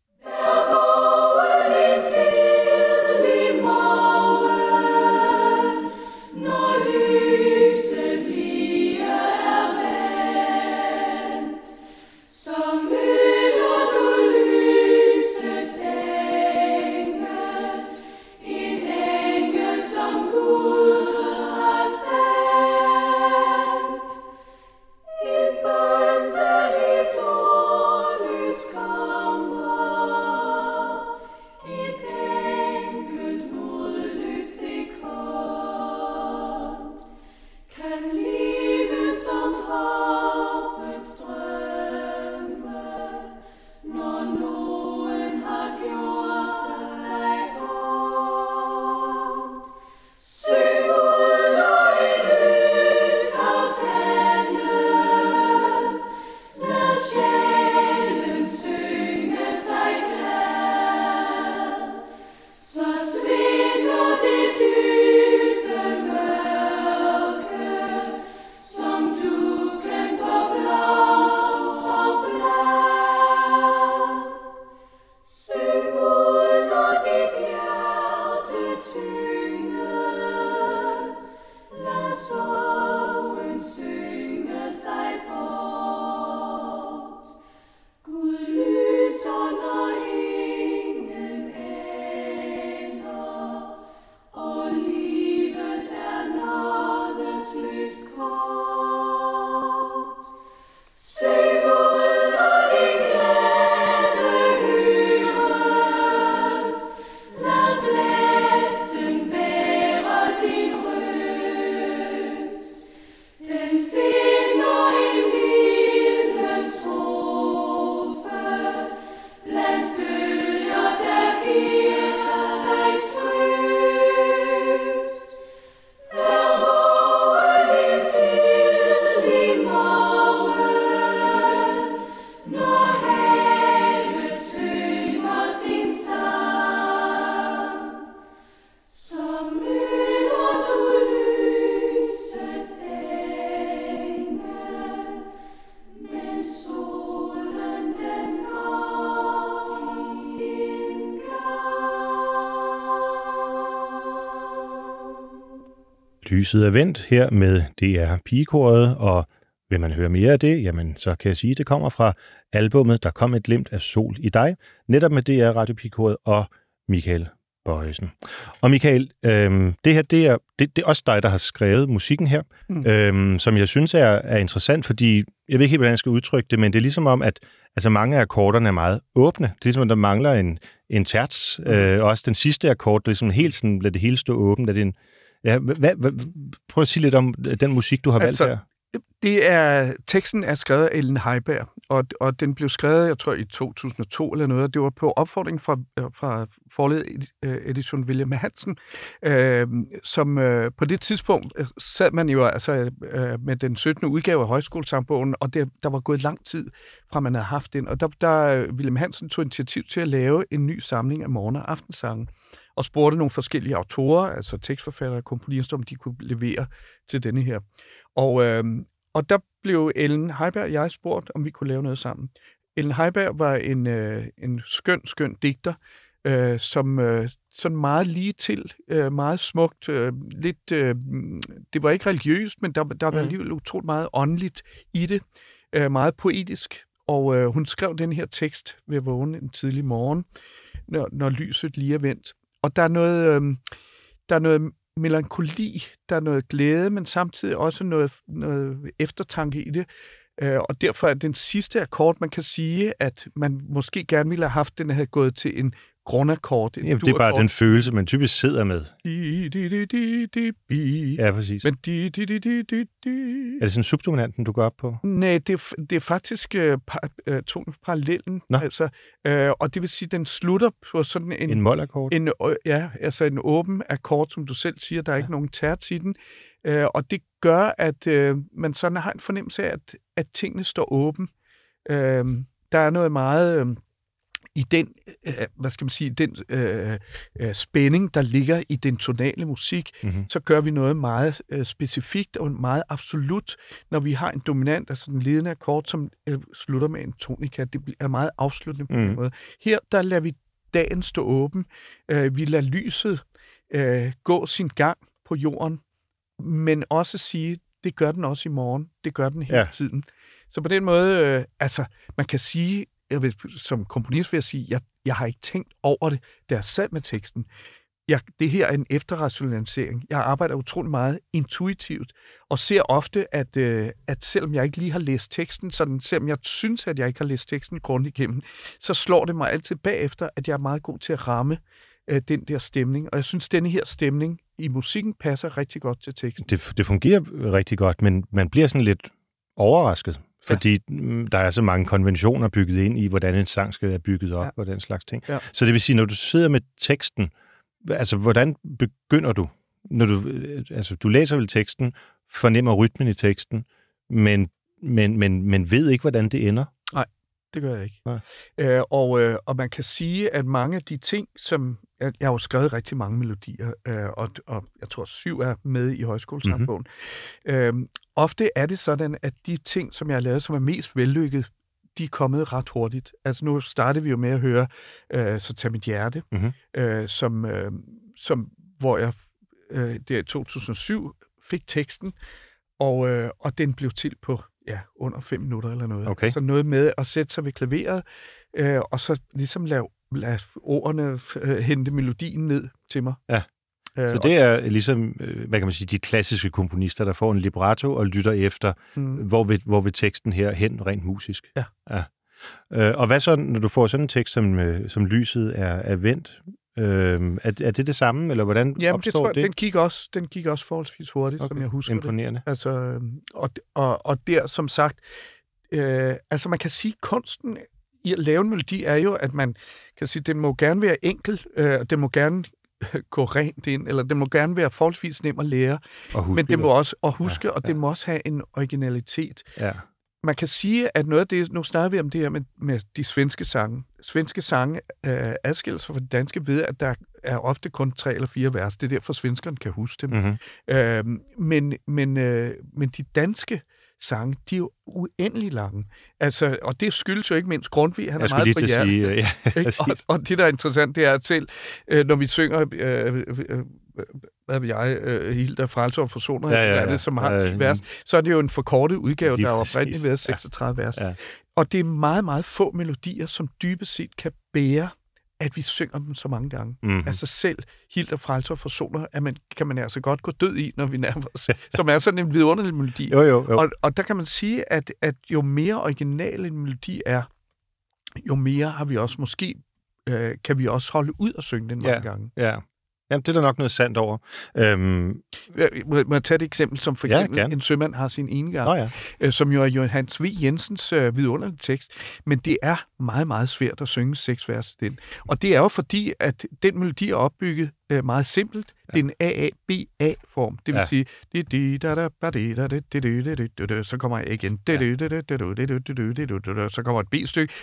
Lyset er vendt her med D R Pigekoret, og vil man høre mere af det, jamen så kan jeg sige, at det kommer fra albummet Der kom et glimt af sol i dig, netop med D R Radio Pigekoret og Michael Bojesen. Og Michael, øhm, det her, det er, det, det er også dig, der har skrevet musikken her, mm. øhm, som jeg synes er, er interessant, fordi jeg ved ikke helt, hvordan jeg skal udtrykke det, men det er ligesom om, at altså, mange af akkorderne er meget åbne. Det er ligesom, at der mangler en, en terts, mm. øh, og også den sidste akkord, det er ligesom helt sådan, lad det hele stå åbent. Er det en, ja, hvad, hvad, prøv at sige lidt om den musik, du har altså, valgt her. Det er, teksten er skrevet af Ellen Heiberg, og, og den blev skrevet, jeg tror, i to tusind og to eller noget, og det var på opfordring fra, fra forledet Edison William Hansen, øh, som øh, på det tidspunkt sad man jo altså øh, med den syttende udgave af Højskolesangbogen, og det, der var gået lang tid fra, man havde haft den, og der, der William Hansen tog initiativ til at lave en ny samling af morgen- og aftensange, og spurgte nogle forskellige autorer, altså tekstforfattere og komponister, om de kunne levere til denne her. Og, øh, og der blev Ellen Heiberg og jeg spurgt, om vi kunne lave noget sammen. Ellen Heiberg var en, øh, en skøn, skøn digter, øh, som øh, sådan meget lige til, øh, meget smukt, øh, lidt, øh, det var ikke religiøst, men der, der var alligevel utroligt meget åndeligt i det, øh, meget poetisk. Og øh, hun skrev den her tekst ved at vågne en tidlig morgen, når, når lyset lige er vendt. Og der er noget, øh, der er noget melankoli, der er noget glæde, men samtidig også noget, noget eftertanke i det. Øh, og derfor er den sidste akkord, man kan sige, at man måske gerne ville have haft, den havde gået til en grundakkord. En Jamen, det er bare den følelse, man typisk sidder med. Di, di, di, di, di, di. Ja, præcis. Men di, di, di, di, di, di. Er det sådan subdominanten, du går op på? Nej, det er, det er faktisk øh, par, øh, toneparallellen. Altså, øh, og det vil sige, at den slutter på sådan en... En mol-akkord? En, øh, ja, altså en åben akkord, som du selv siger. Der er ja. ikke nogen terts i den. Øh, og det gør, at øh, man sådan har en fornemmelse af, at, at tingene står åben. Øh, der er noget meget... Øh, i den, øh, hvad skal man sige, den øh, øh, spænding, der ligger i den tonale musik, mm-hmm. så gør vi noget meget øh, specifikt og meget absolut, når vi har en dominant, altså en ledende akkord, som øh, slutter med en tonika. Det er meget afsluttende på mm. den måde. Her, der lader vi dagen stå åben. Øh, vi lader lyset øh, gå sin gang på jorden, men også sige, det gør den også i morgen. Det gør den hele ja. tiden. Så på den måde, øh, altså, man kan sige, jeg vil, som komponist vil jeg sige, jeg, jeg har ikke tænkt over det, da jeg sad med teksten. Jeg, det her er en efterrationalisering. Jeg arbejder utrolig meget intuitivt, og ser ofte, at, øh, at selvom jeg ikke lige har læst teksten, sådan, selvom jeg synes, at jeg ikke har læst teksten grundigt igennem, så slår det mig altid bagefter, at jeg er meget god til at ramme øh, den der stemning. Og jeg synes, denne her stemning i musikken passer rigtig godt til teksten. Det, det fungerer rigtig godt, men man bliver sådan lidt overrasket. Fordi ja. der er så mange konventioner bygget ind i, hvordan en sang skal være bygget op, ja. og den slags ting. Ja. Så det vil sige, når du sidder med teksten, altså hvordan begynder du? Når du, altså, du læser vel teksten, fornemmer rytmen i teksten, men, men, men, men ved ikke, hvordan det ender? Nej, det gør jeg ikke. Øh, og, øh, og man kan sige, at mange af de ting, som... Jeg, jeg har jo skrevet rigtig mange melodier, øh, og, og jeg tror, syv er med i Højskolesangbogen. Mm-hmm. Øh, ofte er det sådan, at de ting, som jeg har lavet, som er mest vellykket, de er kommet ret hurtigt. Altså nu startede vi jo med at høre øh, Så tag mit hjerte, mm-hmm. øh, som, øh, som, hvor jeg øh, der i to tusind og syv fik teksten, og, øh, og den blev til på ja, under fem minutter eller noget. Okay. Så noget med at sætte sig ved klaveret, øh, og så ligesom lave lad ordene øh, hente melodien ned til mig. Ja. Så det er ligesom, hvad kan man sige, de klassiske komponister, der får en libretto og lytter efter, mm. hvor, vil, hvor vil teksten her hen rent musisk. Ja. ja. Og hvad så, når du får sådan en tekst, som, som lyset er, er vendt? Øh, er, er det det samme, eller hvordan Jamen, opstår det? Tror jeg, det? Den gik også, den gik også forholdsvis hurtigt, okay. som jeg husker Imponerende. det. Altså, og, og, og der, som sagt, øh, altså man kan sige, kunsten i at lave en melodi er jo, at man kan sige, den må gerne være enkel, øh, den må gerne gå rent ind, eller den må gerne være forholdsvis nem at lære, men det må også at huske, ja, og ja. den må også have en originalitet. Ja. Man kan sige, at noget af det, nu snakker vi om det her med, med de svenske sange. Svenske sange øh, adskiller sig fra de danske ved, at der er ofte kun tre eller fire vers. Det er derfor, svenskerne kan huske dem. Mm-hmm. Øh, men, men, øh, men de danske sange, de er jo uendelig lange. Altså, og det skyldes jo ikke mindst Grundtvig, han er meget på hjertet. Sige, ja, og, og det, der er interessant, det er at selv, øh, når vi synger, øh, øh, hvad ved jeg, øh, Hilda Frelser og Forsoner, ja, ja, ja. det, som har ja, ja. ti vers, så er det jo en forkortet udgave, der er oprindeligt ved seksogtredive ja. vers. Ja. Og det er meget, meget få melodier, som dybest set kan bære, at vi synger dem så mange gange. Mm-hmm. Altså selv Hilda Frelser og Forsoner, at man, kan man altså godt gå død i, når vi nærmer os, som er sådan en vidunderlig melodi. Jo, jo, jo. Og, og der kan man sige, at, at jo mere original en melodi er, jo mere har vi også måske, øh, kan vi også holde ud og synge den mange ja, gange. Ja, Jamen, det er der nok noget sandt over. Øhm... Må, må jeg tage et eksempel, som for eksempel ja, En sømand har sin enegang, oh, ja. øh, som jo er Johannes V. Jensens øh, vidunderlige tekst, men det er meget, meget svært at synge seks vers i den. Og det er jo fordi, at den melodi er opbygget øh, meget simpelt. Ja. Det er en A A B A-form. Det vil ja. sige, så kommer jeg igen. Så kommer et B-stykke.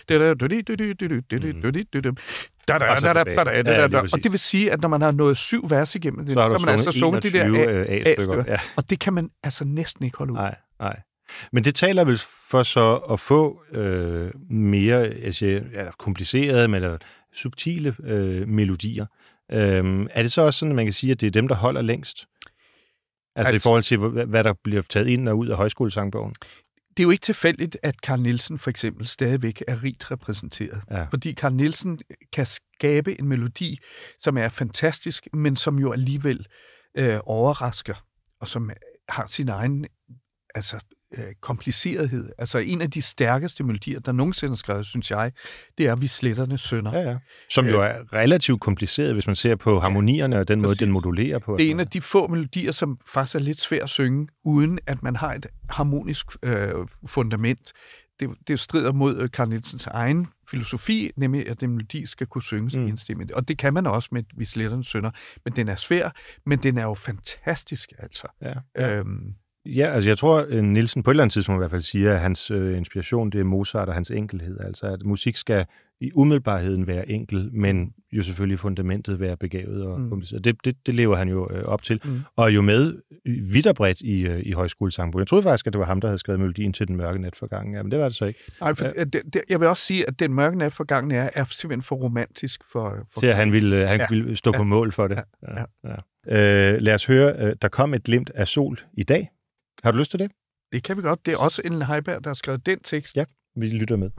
Og det vil sige, at når man har nået syv vers igennem det, så har man altså sunget det der A-stykker. Ja. Og det kan man altså næsten ikke holde ud. Nej, nej. Men det taler vel for så at få øh, mere altså, ja, komplicerede, men eller subtile øh, melodier. Øhm, er det så også sådan, at man kan sige, at det er dem, der holder længst? Altså, altså i forhold til, hvad der bliver taget ind og ud af Højskolesangbogen? Det er jo ikke tilfældigt, at Carl Nielsen for eksempel stadigvæk er rigt repræsenteret. Ja. Fordi Carl Nielsen kan skabe en melodi, som er fantastisk, men som jo alligevel øh, overrasker, og som har sin egen altså, øh, komplicerethed. Altså en af de stærkeste melodier, der nogensinde er skrevet, synes jeg, det er Vi Sletternes Sønner. Ja, ja. Som jo er relativt kompliceret, hvis man ser på harmonierne og den måde, den modulerer på. Det er en af de få melodier, som faktisk er lidt svært at synge, uden at man har et harmonisk øh, fundament. Det, det strider mod Carl Nielsens egen filosofi, nemlig at den melodi skal kunne synges mm. enstemmigt. Og det kan man også med Vi Sletternes Sønner. Men den er svær, men den er jo fantastisk, altså. Ja, ja. Øhm, Ja, altså jeg tror, Nielsen på et eller andet tidspunkt i hvert fald siger, at hans øh, inspiration, det er Mozart og hans enkelhed. Altså at musik skal i umiddelbarheden være enkel, men jo selvfølgelig fundamentet være begavet og kompliceret. Mm. Det, det, det lever han jo øh, op til. Mm. Og jo med vidt og bredt i, øh, i højskolesangbogen. Jeg troede faktisk, at det var ham, der havde skrevet melodien til Den Mørke Nat Forgangen. Ja, men det var det så ikke. Nej, for ja. det, det, jeg vil også sige, at Den Mørke Nat Forgangen er, er simpelthen for romantisk for... for til at han ville, han ja. ville stå ja. på mål for det. Ja. Ja. Ja. Ja. Øh, lad os høre, øh, der kom et glimt af sol i dag. Har du lyst til det? Det kan vi godt. Det er også Ellen Heiberg, der har skrevet den tekst. Ja, vi lytter med.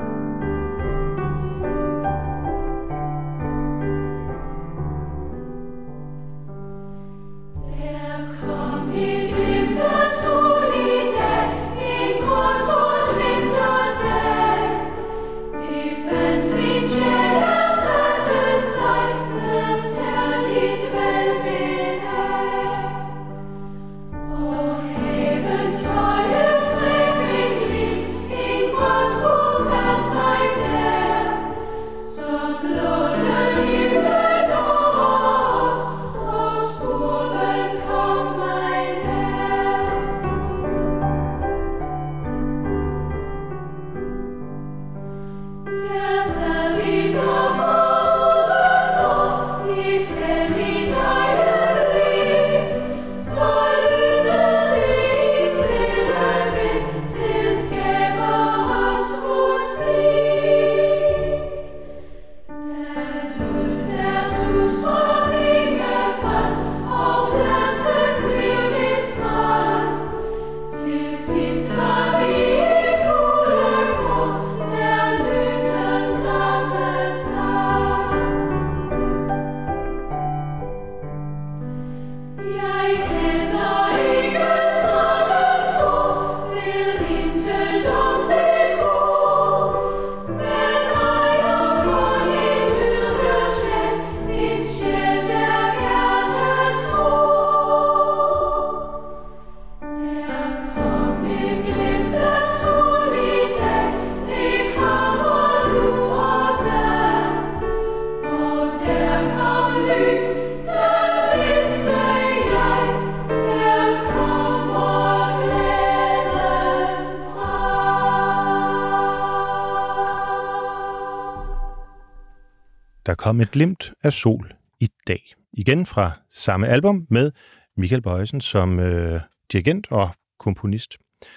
Der kom et glimt af sol i dag. Igen fra samme album med Michael Bojesen som øh, dirigent og komponist.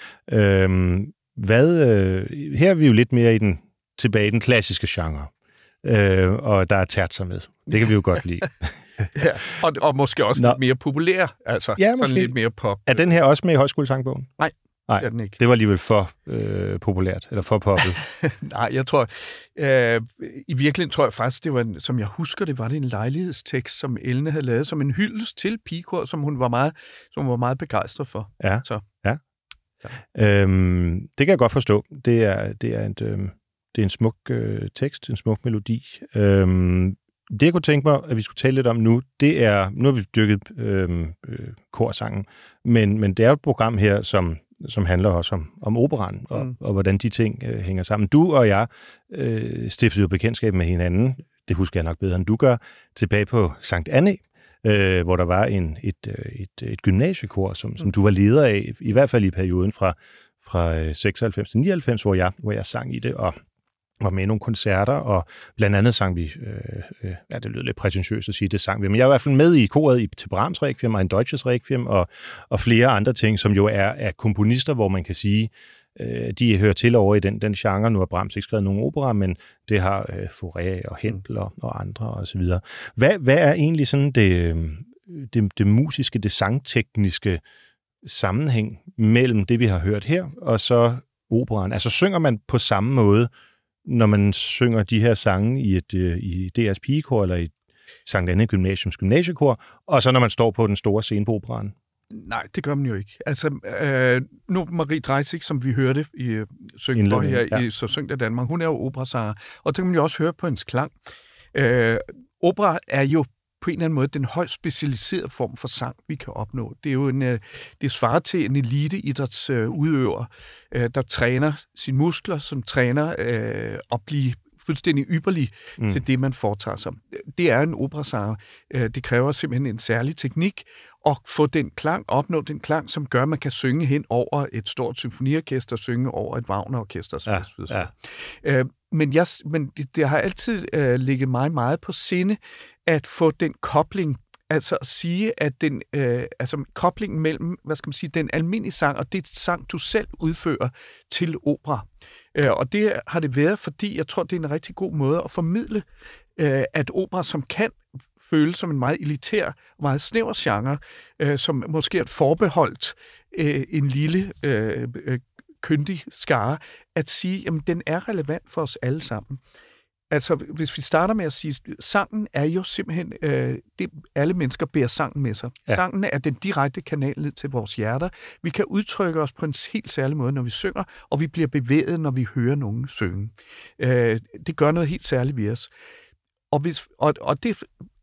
Øhm, hvad, øh, her er vi jo lidt mere i den, tilbage i den klassiske genre, øh, og der er tertser med. Det kan vi jo godt lide. Ja, og, og måske også Nå. lidt mere populær, altså ja, sådan måske. lidt mere pop. Er den her også med i højskolesangbogen? Nej. Nej, det er den ikke. Det var alligevel for øh, populært, eller for poppet. Nej, jeg tror, øh, i virkeligheden tror jeg faktisk, det var en, som jeg husker det, var det en lejlighedstekst, som Ellen havde lavet som en hyldest til pigekor, som hun var meget, som hun var meget begejstret for. Ja, så. ja. Så. Øhm, det kan jeg godt forstå. Det er, det er, et, øh, det er en smuk øh, tekst, en smuk melodi. Øhm, det, jeg kunne tænke mig, at vi skulle tale lidt om nu, det er, nu har vi dykket øh, øh, korsangen, men, men det er jo et program her, som som handler også om, om operan, og, mm. og hvordan de ting øh, hænger sammen. Du og jeg øh, stiftede jo bekendtskab med hinanden, det husker jeg nok bedre, end du gør, tilbage på Sankt Annæ, øh, hvor der var en, et, et, et gymnasiekor, som, mm. som du var leder af, i hvert fald i perioden fra, fra seksoghalvfems til nioghalvfems, hvor jeg, hvor jeg sang i det, og var med i nogle koncerter, og blandt andet sang vi, øh, øh, ja, det lyder lidt prætentiøst at sige, det sang vi, men jeg var i hvert fald med i koret i til Brahms Requiem og en Deutsches Requiem, og, og flere andre ting, som jo er, er komponister, hvor man kan sige, øh, de hører til over i den, den genre. Nu har Brahms ikke skrevet nogen opera, men det har øh, Fauré og Händel og, og andre og så videre. Hvad, hvad er egentlig sådan det, det, det musiske, det sangtekniske sammenhæng mellem det, vi har hørt her, og så operaen? Altså synger man på samme måde, når man synger de her sange i et øh, i D R's pigekor eller i Sankt Annæ Gymnasiums gymnasiekor, og så når man står på den store scene på operaen? Nej, det gør man jo ikke. Altså, øh, nu Marie Dreisig, som vi hørte i øh, synge for her ja. i Så Syng det Danmark, hun er jo operasanger, og det kan man jo også høre på hendes klang. Øh, opera er jo på en eller anden måde den højt specialiserede form for sang, vi kan opnå. Det er jo en, øh, det svarer til en eliteidrætsudøver, øh, der træner sine muskler, som træner øh, at blive fuldstændig ypperlig mm. til det, man foretager sig. Det er en operasanger. Det kræver simpelthen en særlig teknik at få den klang, opnå den klang, som gør, at man kan synge hen over et stort symfoniorkester, synge over et Wagner-orkester. Ja, ja. Men, jeg, men det, det har altid uh, ligget mig meget på sinde at få den kobling, altså at sige, at den øh, altså koblingen mellem, hvad skal man sige, den almindelige sang og det sang, du selv udfører til opera. Øh, og det har det været, fordi jeg tror, det er en rigtig god måde at formidle, øh, at opera, som kan føles som en meget elitær, meget snæver genre, øh, som måske er forbeholdt øh, en lille øh, øh, kyndig skare, at sige, jamen den er relevant for os alle sammen. Altså, hvis vi starter med at sige, sangen er jo simpelthen, øh, det, alle mennesker bærer sangen med sig. Ja. Sangen er den direkte kanal ned til vores hjerter. Vi kan udtrykke os på en helt særlig måde, når vi synger, og vi bliver bevæget, når vi hører nogen synge. Øh, det gør noget helt særligt ved os. Og, hvis, og, og det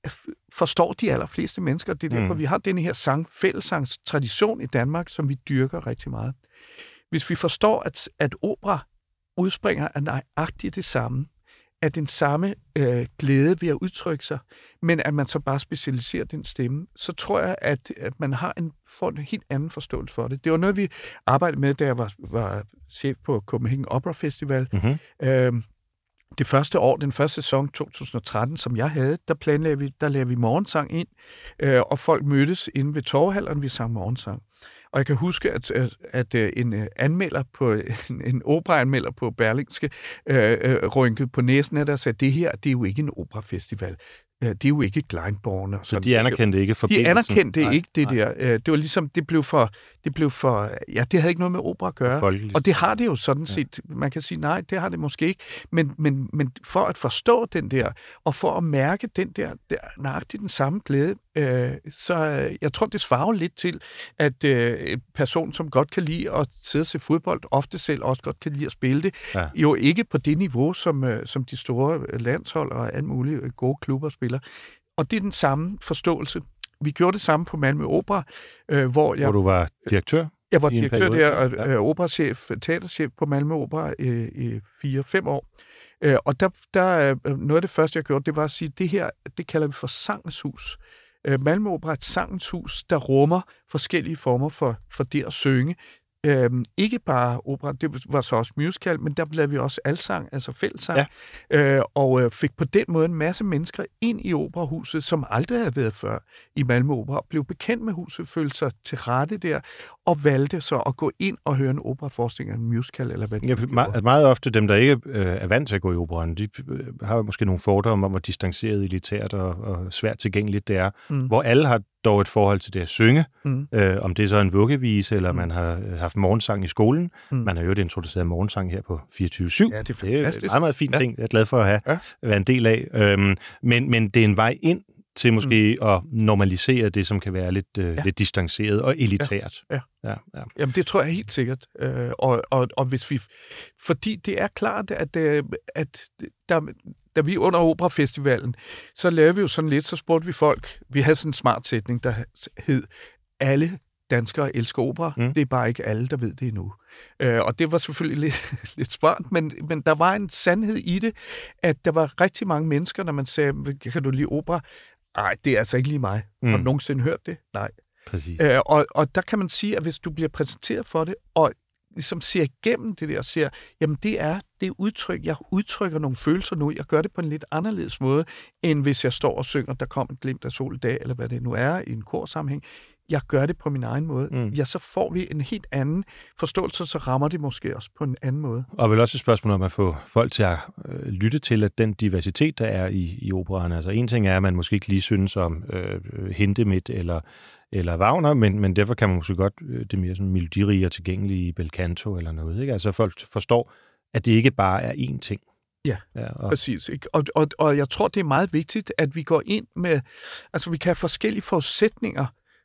forstår de allerfleste mennesker. Det er derfor, mm. vi har denne her sang, fællesangstradition i Danmark, som vi dyrker rigtig meget. Hvis vi forstår, at, at opera udspringer af nøjagtigt det samme, af den samme øh, glæde ved at udtrykke sig, men at man så bare specialiserer den stemme, så tror jeg, at, at man har en, får en helt anden forståelse for det. Det var noget, vi arbejdede med, da jeg var, var chef på Copenhagen Opera Festival. Mm-hmm. Øh, det første år, den første sæson to tusind og tretten, som jeg havde, der planlagde vi, der lavede vi morgensang ind, øh, og folk mødtes inde ved Torvehalleren, vi sang morgensang. Og jeg kan huske, at, at, at en anmelder på en, en operaanmelder på Berlingske øh, øh, rynkede på næsen af der og sagde, det her, det er jo ikke en operafestival. Det er jo ikke Glyndebourne. Så de anerkendte ikke forbindelsen? De anerkendte nej, ikke det nej. der. Det var ligesom, det blev for, det blev for, ja, det havde ikke noget med opera at gøre. Folkeligt. Og det har det jo sådan set. Ja. Man kan sige, nej, det har det måske ikke. Men, men, men for at forstå den der, og for at mærke den der, der nøjagtigt den samme glæde, øh, så jeg tror, det svarer lidt til, at øh, en person, som godt kan lide at sidde og se fodbold, ofte selv også godt kan lide at spille det, ja. jo ikke på det niveau, som, øh, som de store landshold og alle mulige gode klubber spiller. Og det er den samme forståelse. Vi gjorde det samme på Malmø Opera, øh, hvor jeg... Hvor du var direktør? Jeg var direktør der, og ja. øh, operachef, teaterchef på Malmø Opera øh, i fire-fem år. Øh, og der, der noget af det første, jeg gjorde, det var at sige, det her, det kalder vi for Sangens Hus. Øh, Malmø Opera er et Sangens Hus, der rummer forskellige former for, for det at synge. Øhm, ikke bare opera, det var så også musical, men der lavede vi også alsang, altså fællessang, ja. øh, og øh, fik på den måde en masse mennesker ind i operahuset, som aldrig havde været før i Malmø Opera, blev bekendt med huset, følte sig til rette der, og valgte så at gå ind og høre en operaforestilling, en musical, eller hvad det ja, meget, meget ofte dem, der ikke øh, er vant til at gå i operaen, de øh, har måske nogle fordomme om, hvor distanceret, elitært og, og svært tilgængeligt det er, mm. hvor alle har dog et forhold til det at synge, mm. øh, om det er så en vuggevise, eller mm. man har haft morgensang i skolen. Mm. Man har jo introduceret morgensang her på fireogtyve syv. Ja, det er fantastisk. Det er en meget, meget fin ting, jeg er glad for at have ja. været en del af. Øhm, men, men det er en vej ind til måske mm. at normalisere det, som kan være lidt, øh, ja. lidt distanceret og elitært. Ja. Ja. Ja, ja. Jamen, det tror jeg helt sikkert. Øh, og, og, og hvis vi... Fordi det er klart, at, at der... Da vi under Operafestivalen, så lavede vi jo sådan lidt, så spurgte vi folk, vi havde sådan en smart sætning, der hed, alle danskere elsker opera, mm. det er bare ikke alle, der ved det endnu. Øh, og det var selvfølgelig lidt, lidt smart, men, men der var en sandhed i det, at der var rigtig mange mennesker, når man sagde, kan du lide opera? Nej, det er altså ikke lige mig. Mm. Har du nogensinde hørt det? Nej. Præcis. Øh, og, og der kan man sige, at hvis du bliver præsenteret for det, og ligesom ser igennem det der og ser, jamen det er det udtryk, jeg udtrykker nogle følelser nu, jeg gør det på en lidt anderledes måde, end hvis jeg står og synger, der kom et glimt af sol i dag, eller hvad det nu er, i en korsammenhæng. Jeg gør det på min egen måde. Mm. Ja, så får vi en helt anden forståelse, så rammer det måske også på en anden måde. Og vel også et spørgsmål om at få folk til at øh, lytte til, at den diversitet, der er i, i operaen, altså en ting er, at man måske ikke lige synes om øh, Hindemith eller eller Wagner, men, men derfor kan man måske godt øh, det mere sådan melodirig og tilgængelige i bel canto eller noget, ikke? Altså folk forstår, at det ikke bare er én ting. Ja, ja og... præcis. Ikke? Og, og, og jeg tror, det er meget vigtigt, at vi går ind med, altså vi kan have forskellige forudsætninger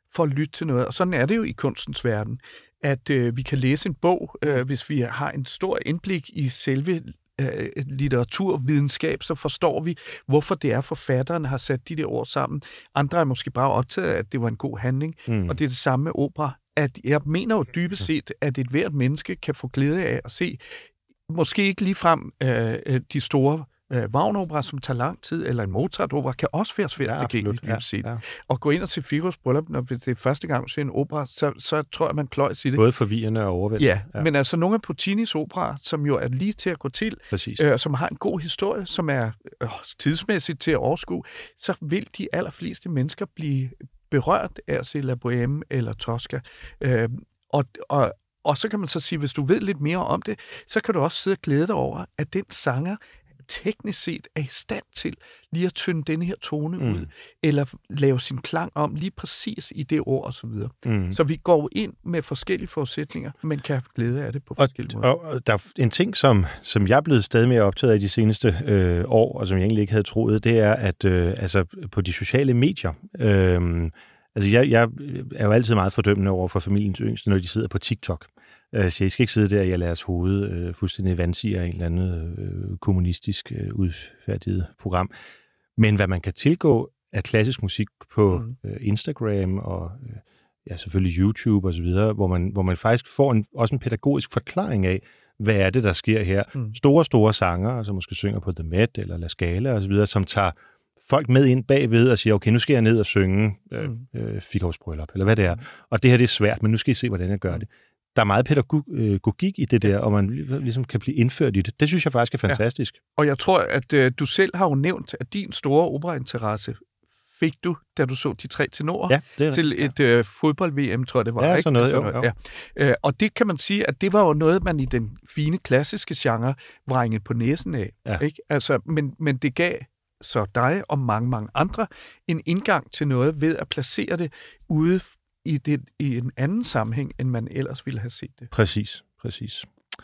for at lytte til noget. Og sådan er det jo i kunstens verden, at øh, vi kan læse en bog, øh, hvis vi har en stor indblik i selve øh, litteraturvidenskab, så forstår vi, hvorfor det er, forfatteren har sat de der ord sammen. Andre er måske bare optaget af, at det var en god handling, mm. og det er det samme med opera. At jeg mener jo dybest set, at et hvert menneske kan få glæde af at se, måske ikke ligefrem øh, de store øh, Wagner-opera, som tager lang tid, eller en Mozart-opera, kan også være svært ja, tilgængeligt ja, dybest set. ja. Og gå ind og se Figaros Bryllup, når det er første gang, du ser en opera, så, så tror jeg, man pløjs i det. Både forvirrende og overvældende. Ja, ja, men altså nogle af Puccinis operaer, som jo er lige til at gå til, øh, som har en god historie, som er øh, tidsmæssigt til at overskue, så vil de allerfleste mennesker blive berørt af at se La Bohème eller Tosca. Øh, og, og, og så kan man så sige, hvis du ved lidt mere om det, så kan du også sidde og glæde dig over, at den sanger teknisk set er i stand til lige at tynde denne her tone mm. ud, eller lave sin klang om lige præcis i det ord og så videre. Mm. Så vi går ind med forskellige forudsætninger, men kan have glæde af det på forskellige og, måder. Og der er en ting, som, som jeg er blevet stadig mere optaget af de seneste øh, år, og som jeg egentlig ikke havde troet, det er, at øh, altså, på de sociale medier, øh, altså jeg, jeg er jo altid meget fordømmende over for familiens yngste, når de sidder på TikTok. Så jeg skal ikke sidde der i jeres hoved øh, fuldstændig vandsiger en eller anden øh, kommunistisk øh, udfærdiget program. Men hvad man kan tilgå af klassisk musik på mm. øh, Instagram og øh, ja, selvfølgelig YouTube og så videre, hvor man, hvor man faktisk får en, også en pædagogisk forklaring af, hvad er det, der sker her. Mm. Store, store sanger, som måske synger på The Met eller La Scala og så videre, som tager folk med ind bagved og siger, okay, nu skal jeg ned og synge øh, øh, Figaros Bryllup, eller hvad det er. Og det her, det er svært, men nu skal I se, hvordan jeg gør det. Der er meget pædagogik i det der, og man ligesom kan blive indført i det. Det synes jeg faktisk er fantastisk. Ja. Og jeg tror, at øh, du selv har jo nævnt, at din store operainteresse fik du, da du så de tre tenorer, ja, det er til et øh, fodbold-V M, tror jeg det var. Ja, ikke? sådan noget. Sådan jo, noget. jo. Ja. Øh, og det kan man sige, at det var jo noget, man i den fine klassiske genre vrængede på næsen af. Ja. Ikke? Altså, men, men det gav så dig og mange, mange andre en indgang til noget ved at placere det ude i, det, i en anden sammenhæng, end man ellers ville have set det. Præcis, præcis.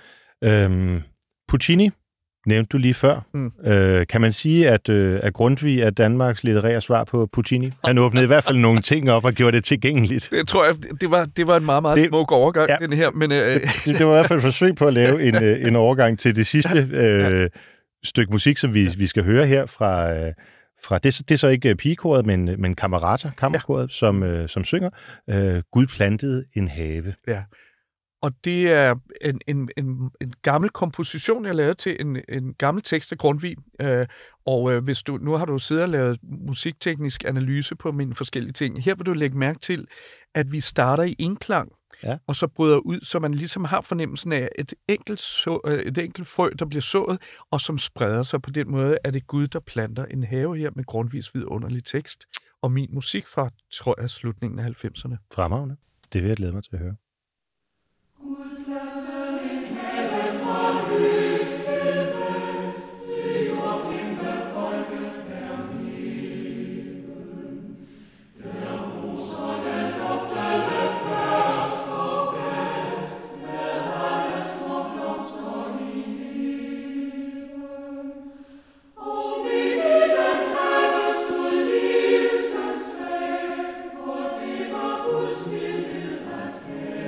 Øhm, Puccini nævnte du lige før. Mm. Øh, kan man sige, at, øh, at Grundtvig er Danmarks litterære svar på Puccini? Han åbnede i hvert fald nogle ting op og gjorde det tilgængeligt. Det tror jeg, det var, det var en meget, meget det, smuk overgang, ja, den her. Men, øh, det, det var i hvert fald et forsøg på at lave en, øh, en overgang til det sidste øh, ja. stykke musik, som vi, vi skal høre her fra... Øh, Fra, det, det er så ikke pigekoret, men, men Camerata, kammerkoret, ja. som, øh, som synger, øh, Gud plantede en have. Ja, og det er en, en, en, en gammel komposition, jeg lavede til en, en gammel tekst af Grundtvig, øh, og øh, hvis du, nu har du siddet og lavet musikteknisk analyse på mine forskellige ting. Her vil du lægge mærke til, at vi starter i enklang, ja. og så bryder ud, så man ligesom har fornemmelsen af et enkelt, så, et enkelt frø, der bliver sået, og som spreder sig på den måde, at det er Gud, der planter en have her med Grundtvigs vidunderlige tekst, og min musik fra, tror jeg, slutningen af halvfemserne. Fremragende. Det vil jeg glæde mig til at høre. Will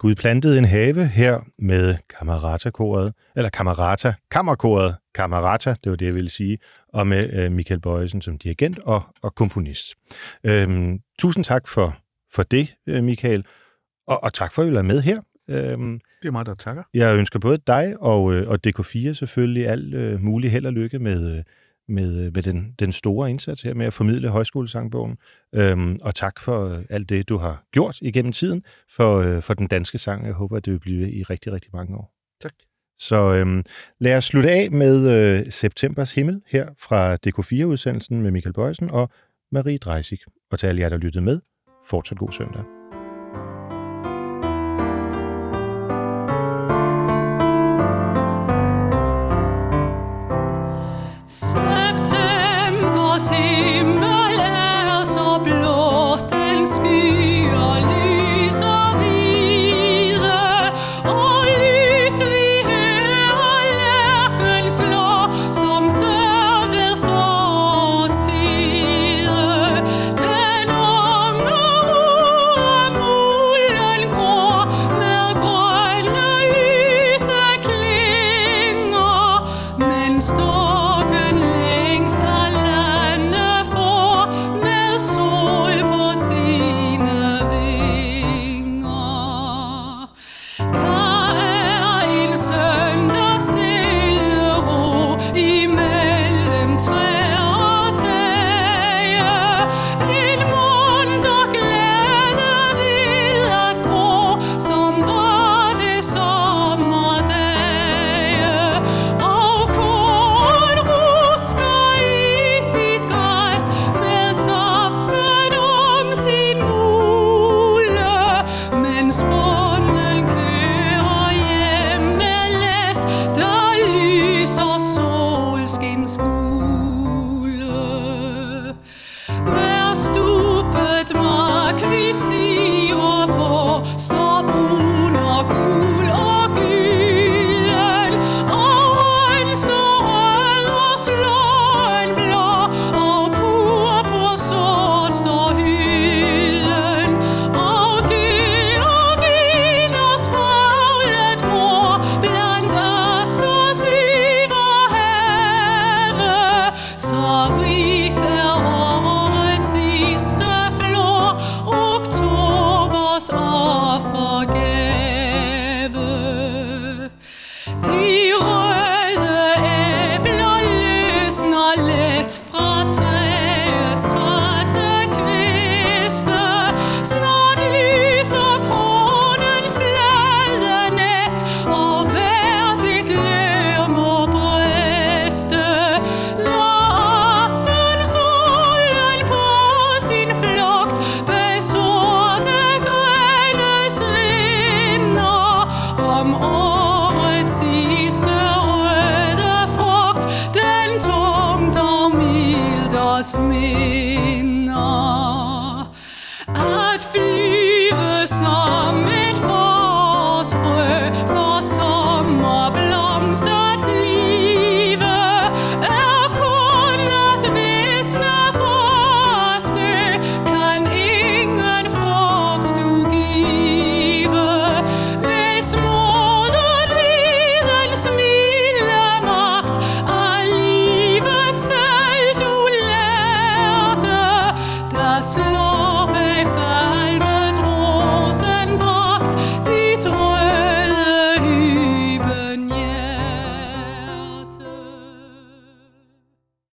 Gud plantede en have her med Camerata-koret, eller Camerata, kammerkoret, Camerata, det var det, jeg ville sige, og med øh, Michael Bojesen som dirigent og, og komponist. Øhm, tusind tak for, for det, Michael, og, og tak for, at I vil være med her. Øhm, det er mig, der takker. Jeg ønsker både dig og, og D K fire selvfølgelig alt øh, muligt held og lykke med, med, med den, den store indsats her med at formidle Højskolesangbogen. Øhm, og tak for alt det, du har gjort igennem tiden for, øh, for den danske sang. Jeg håber, at det vil blive i rigtig, rigtig mange år. Tak. Så øhm, lad os slutte af med øh, Septembers himmel her fra D K fire-udsendelsen med Michael Bojesen og Marie Dreisig. Og til alle jer, der lyttede med, fortsat god søndag. Septembers himmel er så blå, den skyer lyser hvide, og lyt vi hører lærken slå, som før ved forårstide. Den unge mulen gror med grønne lyse klinger, men storken længst af lande får med sol på sine vinger. Der er en søndag stille ro imellem træer og tage, en munter glæde ved at gro, som var det sommerdage, og koren rusker i sit græs med saften om sin mule, mens bonden kører hjem med læs, der lyser solskinsgule. Hver stupet mark vi stiger på står brun og gul og gylden, og røn står rød og slår en blå, og purpur sort står hylden, og georginer spraglet gror blandt asters i vor have. Så rigt er årets sidste flor, oktobers offergave. De røde æbler løsner let fra træets trætte kviste, snart lyser kronens blade net, og hvert et løv må briste. Når aftensolen på sin flugt bag sorte grønne svinder, om årets sidste røde frugt, den tungt og mild os minder. At flyve som et forårsfrø, for sommerblomst at blive, er kun at visne for at dø, kan ingen frugt du give. Hvis moden i den smilde magt af livet selv du lærte, der slår bag